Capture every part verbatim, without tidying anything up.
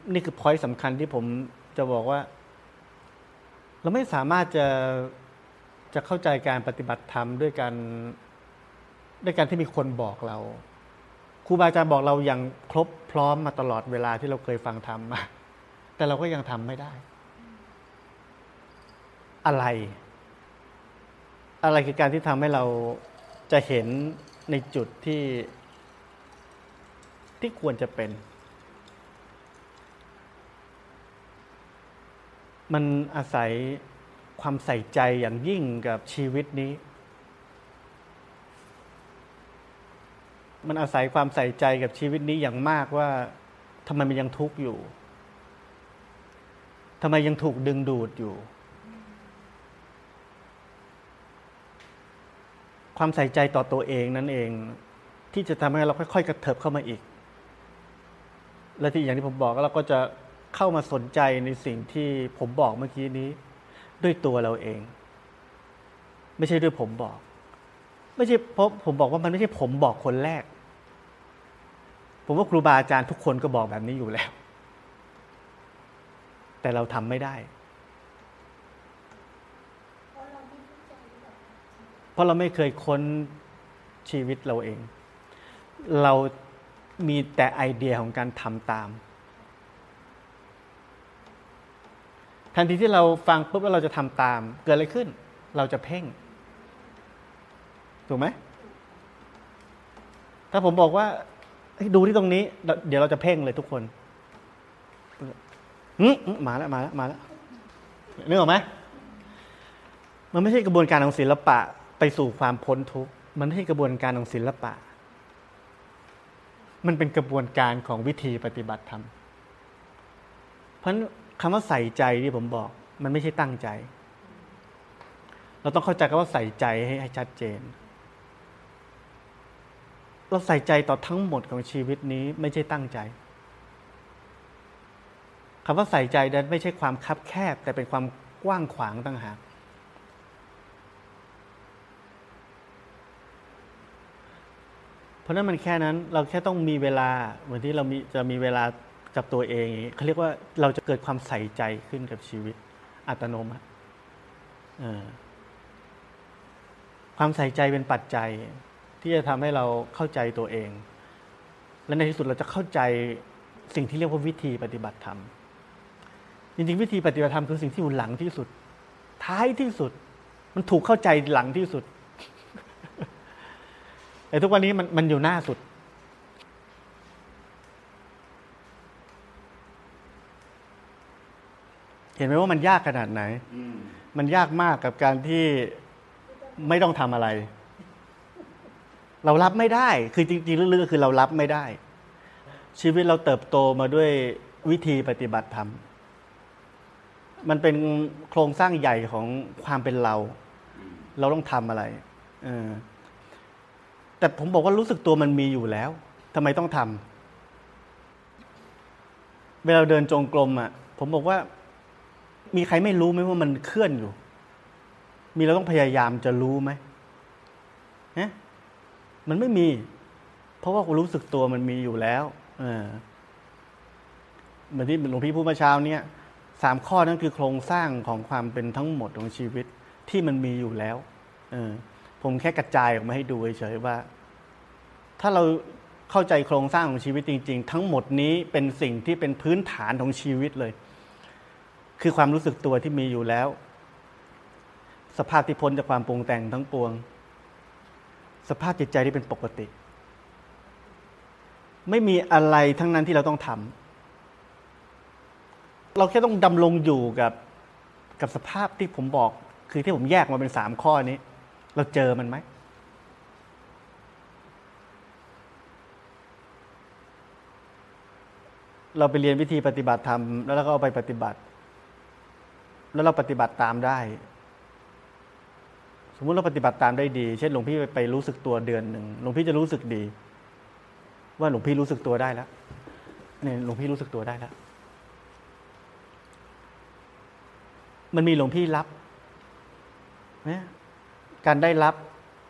นี่คือ point สำคัญที่ผมจะบอกว่าเราไม่สามารถจะจะเข้าใจการปฏิบัติธรรมด้วยการด้วยการที่มีคนบอกเราครูบาอาจารย์บอกเราอย่างครบพร้อมมาตลอดเวลาที่เราเคยฟังธรรมมาแต่เราก็ยังทำไม่ได้อะไรอะไรคือการที่ทำให้เราจะเห็นในจุดที่ที่ควรจะเป็นมันอาศัยความใส่ใจอย่างยิ่งกับชีวิตนี้มันอาศัยความใส่ใจกับชีวิตนี้อย่างมากว่าทำไมมันยังทุกข์อยู่ทำไมยังถูกดึงดูดอยู่ความใส่ใจต่อตัวเองนั่นเองที่จะทำให้เราค่อยๆกระเถิบเข้ามาอีกและที่อย่างที่ผมบอกเราก็จะเข้ามาสนใจในสิ่งที่ผมบอกเมื่อกี้นี้ด้วยตัวเราเองไม่ใช่ด้วยผมบอกไม่ใช่เพราะผมบอกว่ามันไม่ใช่ผมบอกคนแรกผมว่าครูบาอาจารย์ทุกคนก็บอกแบบนี้อยู่แล้วแต่เราทำไม่ได้เพราะเราไม่เคยค้นชีวิตเราเองเรามีแต่ไอเดียของการทำตามทันทีที่เราฟังปุ๊บแล้วเราจะทำตามเกิดอะไรขึ้นเราจะเพ่งถูกไหมถ้าผมบอกว่าดูที่ตรงนี้เดี๋ยวเราจะเพ่งเลยทุกคนอืมมาแล้วมาแล้วมาแล้วนึกออกไหมมันไม่ใช่กระบวนการของศิลปะไปสู่ความพ้นทุกข์มันไม่ใช่กระบวนการของศิลปะมันเป็นกระบวนการของวิธีปฏิบัติธรรมเพราะคำว่าใส่ใจที่ผมบอกมันไม่ใช่ตั้งใจเราต้องเข้าใจคำว่าใส่ใจให้ให้ชัดเจนเราใส่ใจต่อทั้งหมดของชีวิตนี้ไม่ใช่ตั้งใจคำว่าใส่ใจนั้นไม่ใช่ความคับแคบแต่เป็นความกว้างขวางต่างหากเพราะนั้นมันแค่นั้นเราแค่ต้องมีเวลาเหมือนที่เรามีจะมีเวลากับตัวเองเขาเรียกว่าเราจะเกิดความใส่ใจขึ้นกับชีวิตอัตโนมัติความใส่ใจเป็นปัจจัยที่จะทำให้เราเข้าใจตัวเองและในที่สุดเราจะเข้าใจสิ่งที่เรียกว่าวิธีปฏิบัติธรรมจริงๆวิธีปฏิบัติธรรมคือสิ่งที่อยู่หลังที่สุดท้ายที่สุดมันถูกเข้าใจหลังที่สุดแต่ทุกวันนี้มันมันอยู่หน้าสุดเห็นไหมว่ามันยากขนาดไหนมันยากมากกับการที่ไม่ต้องทำอะไรเรารับไม่ได้คือจริงๆลึกๆก็คือเรารับไม่ได้ชีวิตเราเติบโตมาด้วยวิธีปฏิบัติธรรมมันเป็นโครงสร้างใหญ่ของความเป็นเราเราต้องทำอะไรเออแต่ผมบอกว่ารู้สึกตัวมันมีอยู่แล้วทำไมต้องทำเวลาเดินจงกรมอ่ะผมบอกว่ามีใครไม่รู้ไหมว่ามันเคลื่อนอยู่มีเราต้องพยายามจะรู้ไหมเนี่ยมันไม่มีเพราะว่ารู้สึกตัวมันมีอยู่แล้วเออเหมือนที่หลวงพี่พูดเมื่อเช้านี้สามข้อนั้นคือโครงสร้างของความเป็นทั้งหมดของชีวิตที่มันมีอยู่แล้วเออผมแค่กระจายออกมาให้ดูเฉยๆว่าถ้าเราเข้าใจโครงสร้างของชีวิตจริงๆทั้งหมดนี้เป็นสิ่งที่เป็นพื้นฐานของชีวิตเลยคือความรู้สึกตัวที่มีอยู่แล้วสภาพที่พ้นจากความปรุงแต่งทั้งปวงสภาพจิตใจที่เป็นปกติไม่มีอะไรทั้งนั้นที่เราต้องทำเราแค่ต้องดำรงอยู่กับกับสภาพที่ผมบอกคือที่ผมแยกมาเป็นสามข้อนี้เราเจอมันไหมเราไปเรียนวิธีปฏิบัติธรรมแล้วเราก็เอาไปปฏิบัติแล้วเราปฏิบัติตามได้สมมุติเราปฏิบัติตามได้ดีเช่นหลวงพี่ไปรู้สึกตัวเดือนหนึ่งหลวงพี่จะรู้สึกดีว่าหลวงพี่รู้สึกตัวได้แล้วเนี่ยหลวงพี่รู้สึกตัวได้แล้วมันมีหลวงพี่รับเนี่ยการได้รับ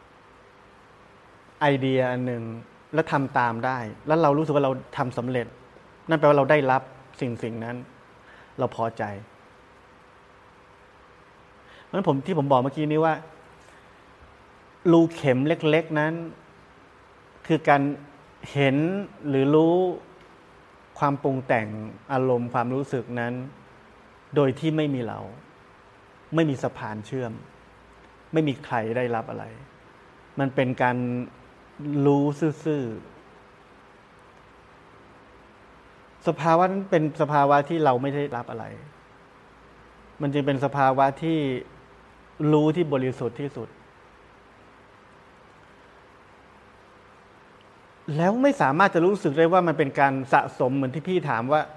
ไอเดียอันหนึ่งแล้วทำตามได้แล้วเรารู้สึกว่าเราทำสำเร็จนั่นแปลว่าเราได้รับสิ่งสิ่งนั้นเราพอใจเพราะฉะนั้นผมที่ผมบอกเมื่อกี้นี้ว่ารูเข็มเล็กๆนั้นคือการเห็นหรือรู้ความปรุงแต่งอารมณ์ความรู้สึกนั้นโดยที่ไม่มีเราไม่มีสะพานเชื่อมไม่มีใครได้รับอะไรมันเป็นการรู้ซื่อๆสภาวะนั้นเป็นสภาวะที่เราไม่ได้รับอะไรมันจึงเป็นสภาวะที่รู้ที่บริสุทธิ์ที่สุดแล้วไม่สามารถจะรู้สึกได้ว่ามันเป็นการสะสมเหมือนที่พี่ถามว่า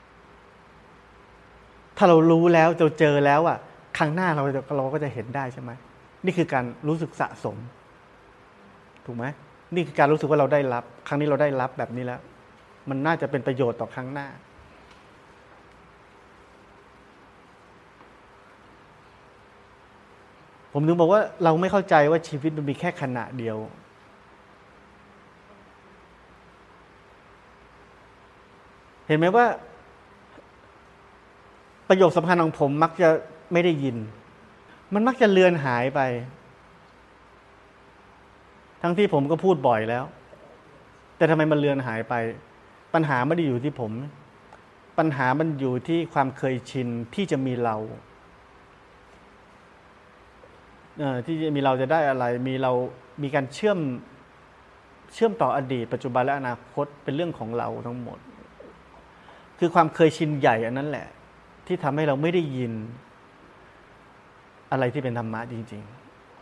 ถ้าเรารู้แล้วเราเจอแล้วอ่ะครั้งหน้าเราเราก็จะเห็นได้ใช่ไหมนี่คือการรู้สึกสะสมถูกไหมนี่คือการรู้สึกว่าเราได้รับครั้งนี้เราได้รับแบบนี้แล้วมันน่าจะเป็นประโยชน์ต่อครั้งหน้าผมถึงบอกว่าเราไม่เข้าใจว่าชีวิตมันมีแค่ขณะเดียวเห็นไหมว่าประโยคสำคัญของผมมักจะไม่ได้ยินมันมักจะเลือนหายไปทั้งที่ผมก็พูดบ่อยแล้วแต่ทำไมมันเลือนหายไปปัญหาไม่ได้อยู่ที่ผมปัญหามันอยู่ที่ความเคยชินที่จะมีเราเอ่อที่จะมีเราจะได้อะไรมีเรามีการเชื่อมเชื่อมต่ออดีตปัจจุบันและอนาคตเป็นเรื่องของเราทั้งหมดคือความเคยชินใหญ่อันนั้นแหละที่ทำให้เราไม่ได้ยินอะไรที่เป็นธรรมะจริง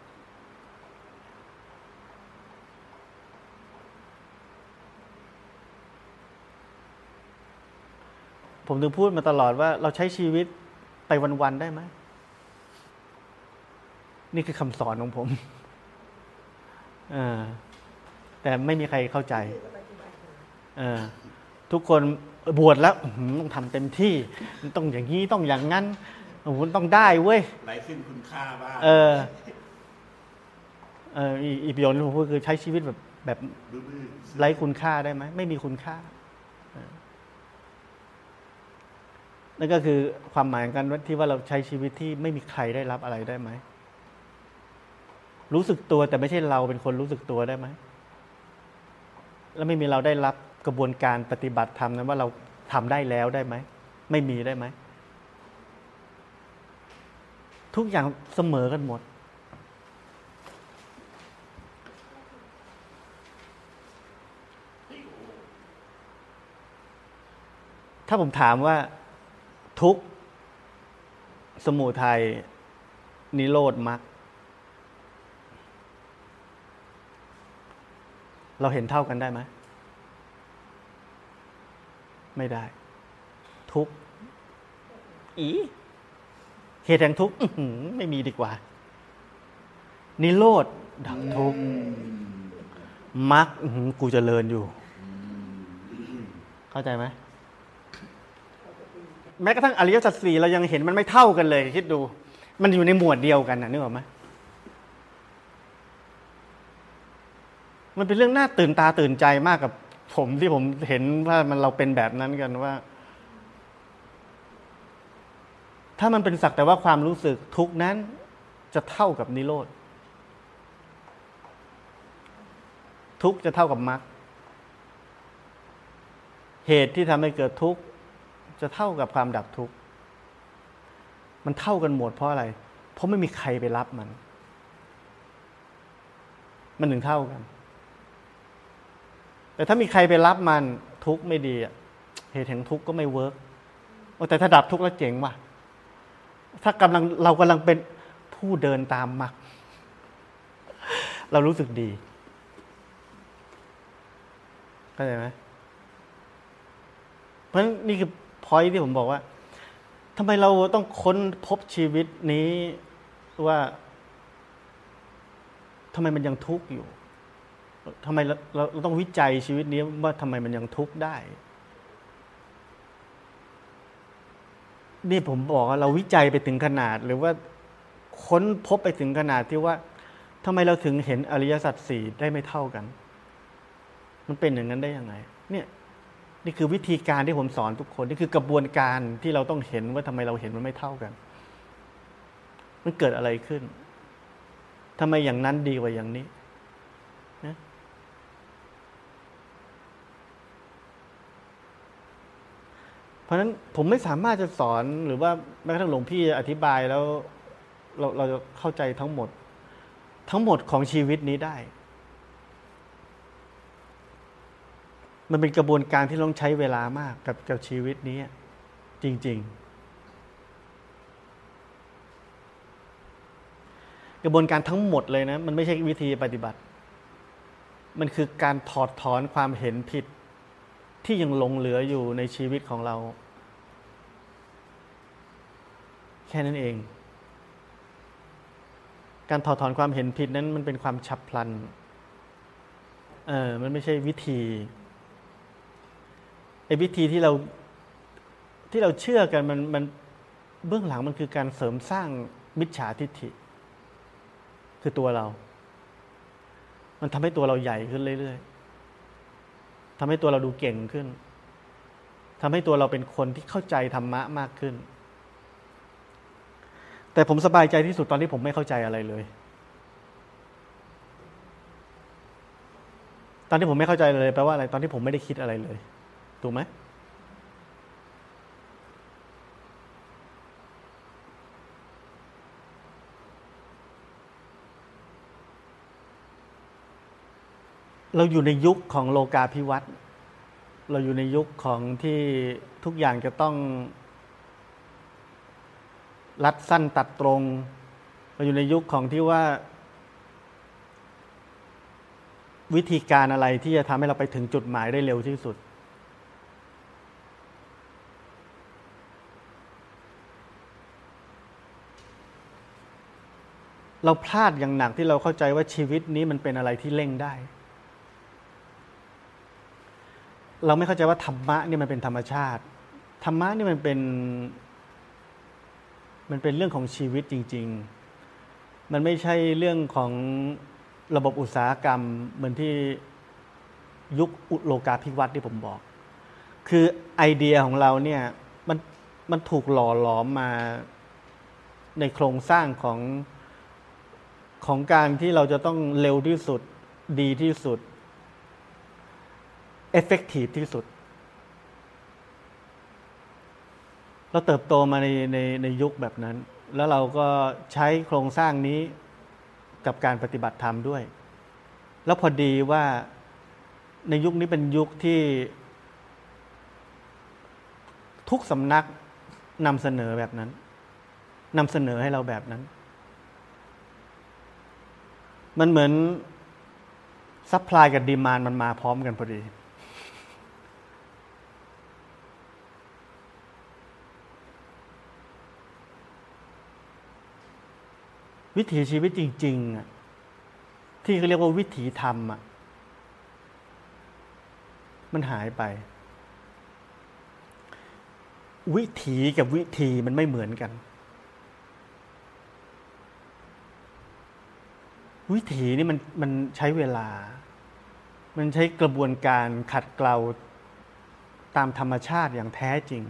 ๆผมถึงพูดมาตลอดว่าเราใช้ชีวิตไปวันๆได้ไหมนี่คือคำสอนของผมเออแต่ไม่มีใครเข้าใจเออทุกคนบวชแล้วต้องทำเต็มที่ต้องอย่างนี้ต้องอย่างนั้นต้องได้เว้ยไร้ซึ่งคุณค่าบ้างเออเอออีประโยคที่ผมพูดคือใช้ชีวิตแบบแบบไร้คุณค่าได้ไหมไม่มีคุณค่านั่นก็คือความหมายกันที่ว่าเราใช้ชีวิตที่ไม่มีใครได้รับอะไรได้ไหมรู้สึกตัวแต่ไม่ใช่เราเป็นคนรู้สึกตัวได้ไหมแล้วไม่มีเราได้รับกระบวนการปฏิบัติธรรมนั้นว่าเราทำได้แล้วได้ไหมไม่มีได้ไหมทุกอย่างเสมอกันหมดถ้าผมถามว่าทุกข์สมุทัยนิโรธมรรคเราเห็นเท่ากันได้ไหมไม่ได้ทุกข์อีเหตุแห่งทุกข์ไม่มีดีกว่านิโรธดับทุกข์มรรคกูเจริญอยู่เข้าใจไหมแม้กระทั่งอริยสัจสี่เรายังเห็นมันไม่เท่ากันเลยคิดดูมันอยู่ในหมวดเดียวกันนะนึกออกไหมมันเป็นเรื่องน่าตื่นตาตื่นใจมากกับผมที่ผมเห็นว่ามันเราเป็นแบบนั้นกันว่าถ้ามันเป็นสักแต่ว่าความรู้สึกทุกนั้นจะเท่ากับนิโรธทุกจะเท่ากับมรรคเหตุที่ทำให้เกิดทุกข์จะเท่ากับความดับทุกข์มันเท่ากันหมดเพราะอะไรเพราะไม่มีใครไปรับมันมันถึงเท่ากันแต่ถ้ามีใครไปรับมันทุกข์ไม่ดีอ่ะเหตุแห่งทุกข์ก็ไม่เวิร์กแต่ถ้าดับทุกข์แล้วเจ๋งว่ะถ้ากำลังเรากำลังเป็นผู้เดินตามมรรคเรารู้สึกดีเข้าใจไหมเพราะนี่คือพอยท์ที่ผมบอกว่าทำไมเราต้องค้นพบชีวิตนี้ว่าทำไมมันยังทุกข์อยู่ทำไมเราเราต้องวิจัยชีวิตนี้ว่าทำไมมันยังทุกข์ได้นี่ผมบอกว่าเราวิจัยไปถึงขนาดหรือว่าค้นพบไปถึงขนาดที่ว่าทำไมเราถึงเห็นอริยสัจสี่ได้ไม่เท่ากันมันเป็นอย่างนั้นได้ยังไงเนี่ยนี่คือวิธีการที่ผมสอนทุกคนนี่คือกระบวนการที่เราต้องเห็นว่าทำไมเราเห็นมันไม่เท่ากันมันเกิดอะไรขึ้นทำไมอย่างนั้นดีกว่าอย่างนี้นะเพราะฉะนั้นผมไม่สามารถจะสอนหรือว่าแม้กระทั่งหลวงพี่อธิบายแล้วเราเราจะเข้าใจทั้งหมดทั้งหมดของชีวิตนี้ได้มันเป็นกระบวนการที่ต้องใช้เวลามากกับกับชีวิตนี้จริงๆกระบวนการทั้งหมดเลยนะมันไม่ใช่วิธีปฏิบัติมันคือการถอดถอนความเห็นผิดที่ยังหลงเหลืออยู่ในชีวิตของเราแค่นั้นเองการถอดถอนความเห็นผิดนั้นมันเป็นความฉับพลันเออมันไม่ใช่วิธีไอ้วิธีที่เราที่เราเชื่อกันมันมันเบื้องหลังมันคือการเสริมสร้างมิจฉาทิฏฐิคือตัวเรามันทำให้ตัวเราใหญ่ขึ้นเรื่อยๆทำให้ตัวเราดูเก่งขึ้นทำให้ตัวเราเป็นคนที่เข้าใจธรรมะมากขึ้นแต่ผมสบายใจที่สุดตอนที่ผมไม่เข้าใจอะไรเลยตอนที่ผมไม่เข้าใจเลยแปลว่าอะไรตอนที่ผมไม่ได้คิดอะไรเลยถูกไหมเราอยู่ในยุคของโลกาภิวัตน์เราอยู่ในยุคของที่ทุกอย่างจะต้องรัดสั้นตัดตรงเราอยู่ในยุคของที่ว่าวิธีการอะไรที่จะทำให้เราไปถึงจุดหมายได้เร็วที่สุดเราพลาดอย่างหนักที่เราเข้าใจว่าชีวิตนี้มันเป็นอะไรที่เร่งได้เราไม่เข้าใจว่าธรรมะนี่มันเป็นธรรมชาติธรรมะนี่มันเป็นมันเป็นเรื่องของชีวิตจริงๆมันไม่ใช่เรื่องของระบบอุตสาหกรรมเหมือนที่ยุคโลกาภิวัตน์ที่ผมบอกคือไอเดียของเราเนี่ยมันมันถูกหล่อหลอมมาในโครงสร้างของของการที่เราจะต้องเร็วที่สุดดีที่สุดeffective ที่สุดเราเติบโตมาในในในยุคแบบนั้นแล้วเราก็ใช้โครงสร้างนี้กับการปฏิบัติธรรมด้วยแล้วพอดีว่าในยุคนี้เป็นยุคที่ทุกสำนักนำเสนอแบบนั้นนำเสนอให้เราแบบนั้นมันเหมือนซัพพลายกับดีมานด์มันมาพร้อมกันพอดีวิถีชีวิตจริงๆที่เขาเรียกว่าวิถีธรรมอ่ะมันหายไปวิถีกับวิธีมันไม่เหมือนกันวิถีนี่มันมันใช้เวลามันใช้กระบวนการขัดเกลาตามธรรมชาติอย่างแท้จริง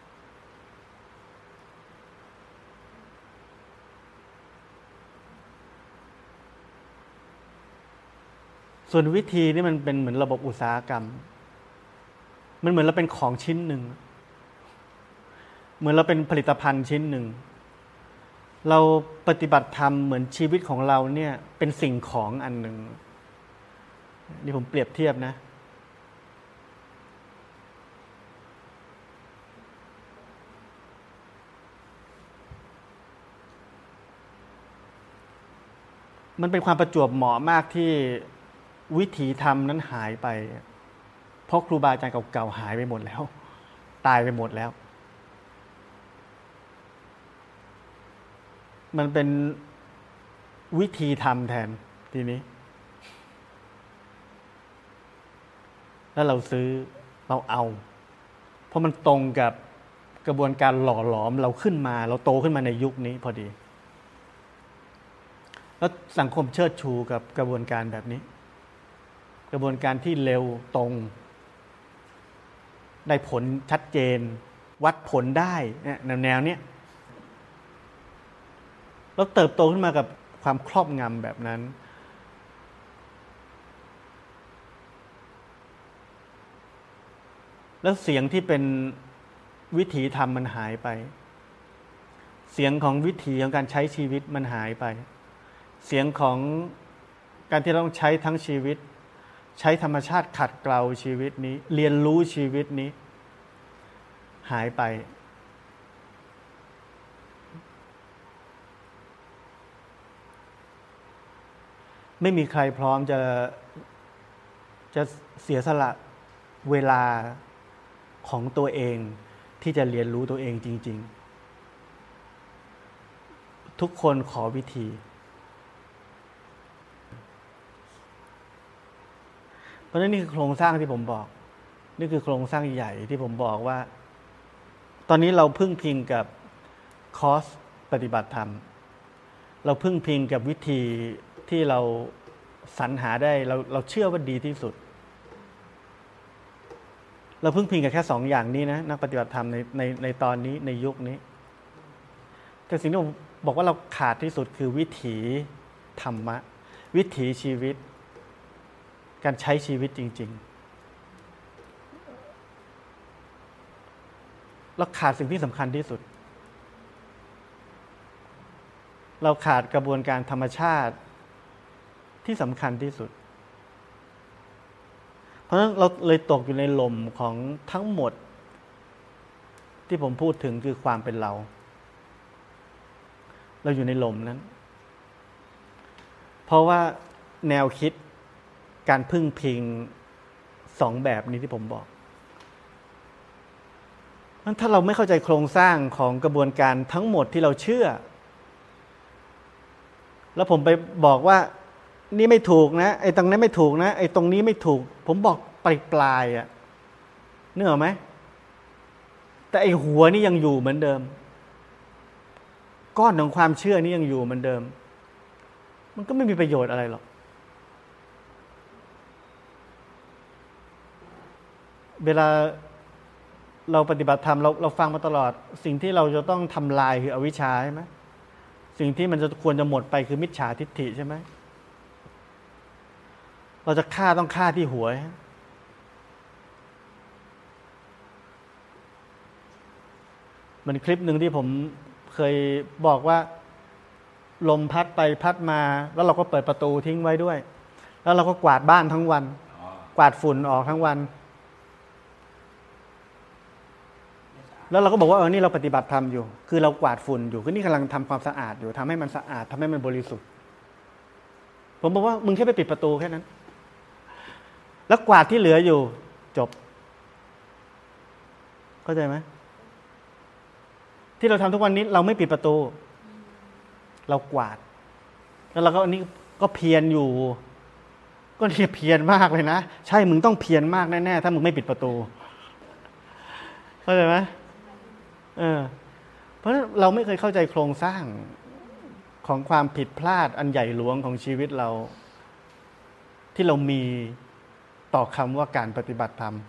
ส่วนวิธีนี่มันเป็นเหมือนระบบอุตสาหกรรมมันเหมือนเราเป็นของชิ้นหนึ่งเหมือนเราเป็นผลิตภัณฑ์ชิ้นหนึ่งเราปฏิบัติธรรมเหมือนชีวิตของเราเนี่ยเป็นสิ่งของอันหนึ่งนี่ผมเปรียบเทียบนะมันเป็นความประจวบเหมาะมากที่วิถีธรรมนั้นหายไปเพราะครูบาอาจารย์เก่าๆหายไปหมดแล้วตายไปหมดแล้วมันเป็นวิธีทำแทนทีนี้แล้วเราซื้อเราเอาเพราะมันตรงกับกระบวนการหล่อหลอมเราขึ้นมาเราโตขึ้นมาในยุคนี้พอดีแล้วสังคมเชิดชูกับกระบวนการแบบนี้กระบวนการที่เร็วตรงได้ผลชัดเจนวัดผลได้เนี่ยแนวๆเนี้ยแล้วเติบโตขึ้นมากับความครอบงำแบบนั้นแล้วเสียงที่เป็นวิถีธรรมมันหายไปเสียงของวิถีของการใช้ชีวิตมันหายไปเสียงของการที่ต้องใช้ทั้งชีวิตใช้ธรรมชาติขัดเกลาชีวิตนี้เรียนรู้ชีวิตนี้หายไปไม่มีใครพร้อมจะจะเสียสละเวลาของตัวเองที่จะเรียนรู้ตัวเองจริงๆทุกคนขอวิธีเพราะฉะนั้นนี่คือโครงสร้างที่ผมบอกนี่คือโครงสร้างใหญ่ที่ผมบอกว่าตอนนี้เราพึ่งพิงกับคอร์สปฏิบัติธรรมเราพึ่งพิงกับวิธีที่เราสรรหาได้เราเราเชื่อว่าดีที่สุดเราพึ่งพิงกับแค่สองอย่างนี้นะนักปฏิบัติธรรมในในในตอนนี้ในยุคนี้แต่สิ่งที่ผมบอกว่าเราขาดที่สุดคือวิถีธรรมะวิถีชีวิตการใช้ชีวิตจริงๆเราขาดสิ่งที่สำคัญที่สุดเราขาดกระบวนการธรรมชาติที่สำคัญที่สุดเพราะฉะนั้นเราเลยตกอยู่ในหล่มของทั้งหมดที่ผมพูดถึงคือความเป็นเราเราอยู่ในหล่มนั้นเพราะว่าแนวคิดการพึ่งพิงสองแบบนี้ที่ผมบอกถ้าเราไม่เข้าใจโครงสร้างของกระบวนการทั้งหมดที่เราเชื่อแล้วผมไปบอกว่านี่ไม่ถูกนะไอ้ตรงนั้นไม่ถูกนะไอ้ตรงนี้ไม่ถูกผมบอกปลายปลายอ่ะนึกออกไหมแต่ไอ้หัวนี่ยังอยู่เหมือนเดิมก้อนของความเชื่อนี่ยังอยู่เหมือนเดิมมันก็ไม่มีประโยชน์อะไรหรอกเวลาเราปฏิบัติธรรมเราเราฟังมาตลอดสิ่งที่เราจะต้องทำลายคืออวิชชาใช่ไหมสิ่งที่มันจะควรจะหมดไปคือมิจฉาทิฏฐิใช่ไหมเราจะฆ่าต้องฆ่าที่หัวมันคลิปหนึ่งที่ผมเคยบอกว่าลมพัดไปพัดมาแล้วเราก็เปิดประตูทิ้งไว้ด้วยแล้วเราก็กวาดบ้านทั้งวันกวาดฝุ่นออกทั้งวันแล้วเราก็บอกว่าเออนี่เราปฏิบัติธรรมอยู่คือเรากวาดฝุ่นอยู่คือนี่กำลังทำความสะอาดอยู่ทำให้มันสะอาดทำให้มันบริสุทธิ์ผมบอกว่ามึงแค่ไปปิดประตูแค่นั้นแล้วกวาดที่เหลืออยู่จบเข้าใจไหมที่เราทำทุกวันนี้เราไม่ปิดประตูเรากวาดแล้วเราก็อันนี้ก็เพียรอยู่ก็ที่เพียรมากเลยนะใช่มึงต้องเพียรมากแน่ๆถ้ามึงไม่ปิดประตูเข้าใจไหมเออเพราะเราไม่เคยเข้าใจโครงสร้างของความผิดพลาดอันใหญ่หลวงของชีวิตเราที่เรามีต่อคำว่าการปฏิบัติธรรม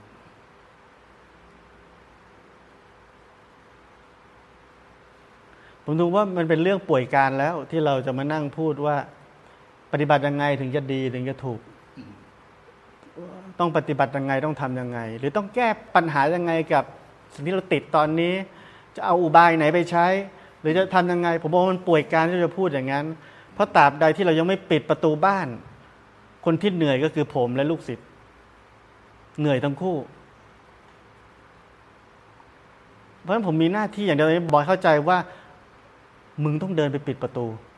ผมดูว่ามันเป็นเรื่องป่วยการแล้วที่เราจะมานั่งพูดว่าปฏิบัติยังไงถึงจะดีถึงจะถูกต้องปฏิบัติยังไงต้องทำยังไงหรือต้องแก้ปัญหายังไงกับสิ่งที่เราติดตอนนี้จะเอาอุบายไหนไปใช้หรือจะทำยังไงผมบอกมันป่วยการที่จะพูดอย่างนั้นเพราะตราบใดที่เรายังไม่ปิดประตูบ้านคนที่เหนื่อยก็คือผมและลูกศิษย์เหนื่อยทั้งคู่เพราะฉะนั้นผมมีหน้าที่อย่างเดียวบอกเข้าใจว่ามึงต้องเดินไปปิดประตู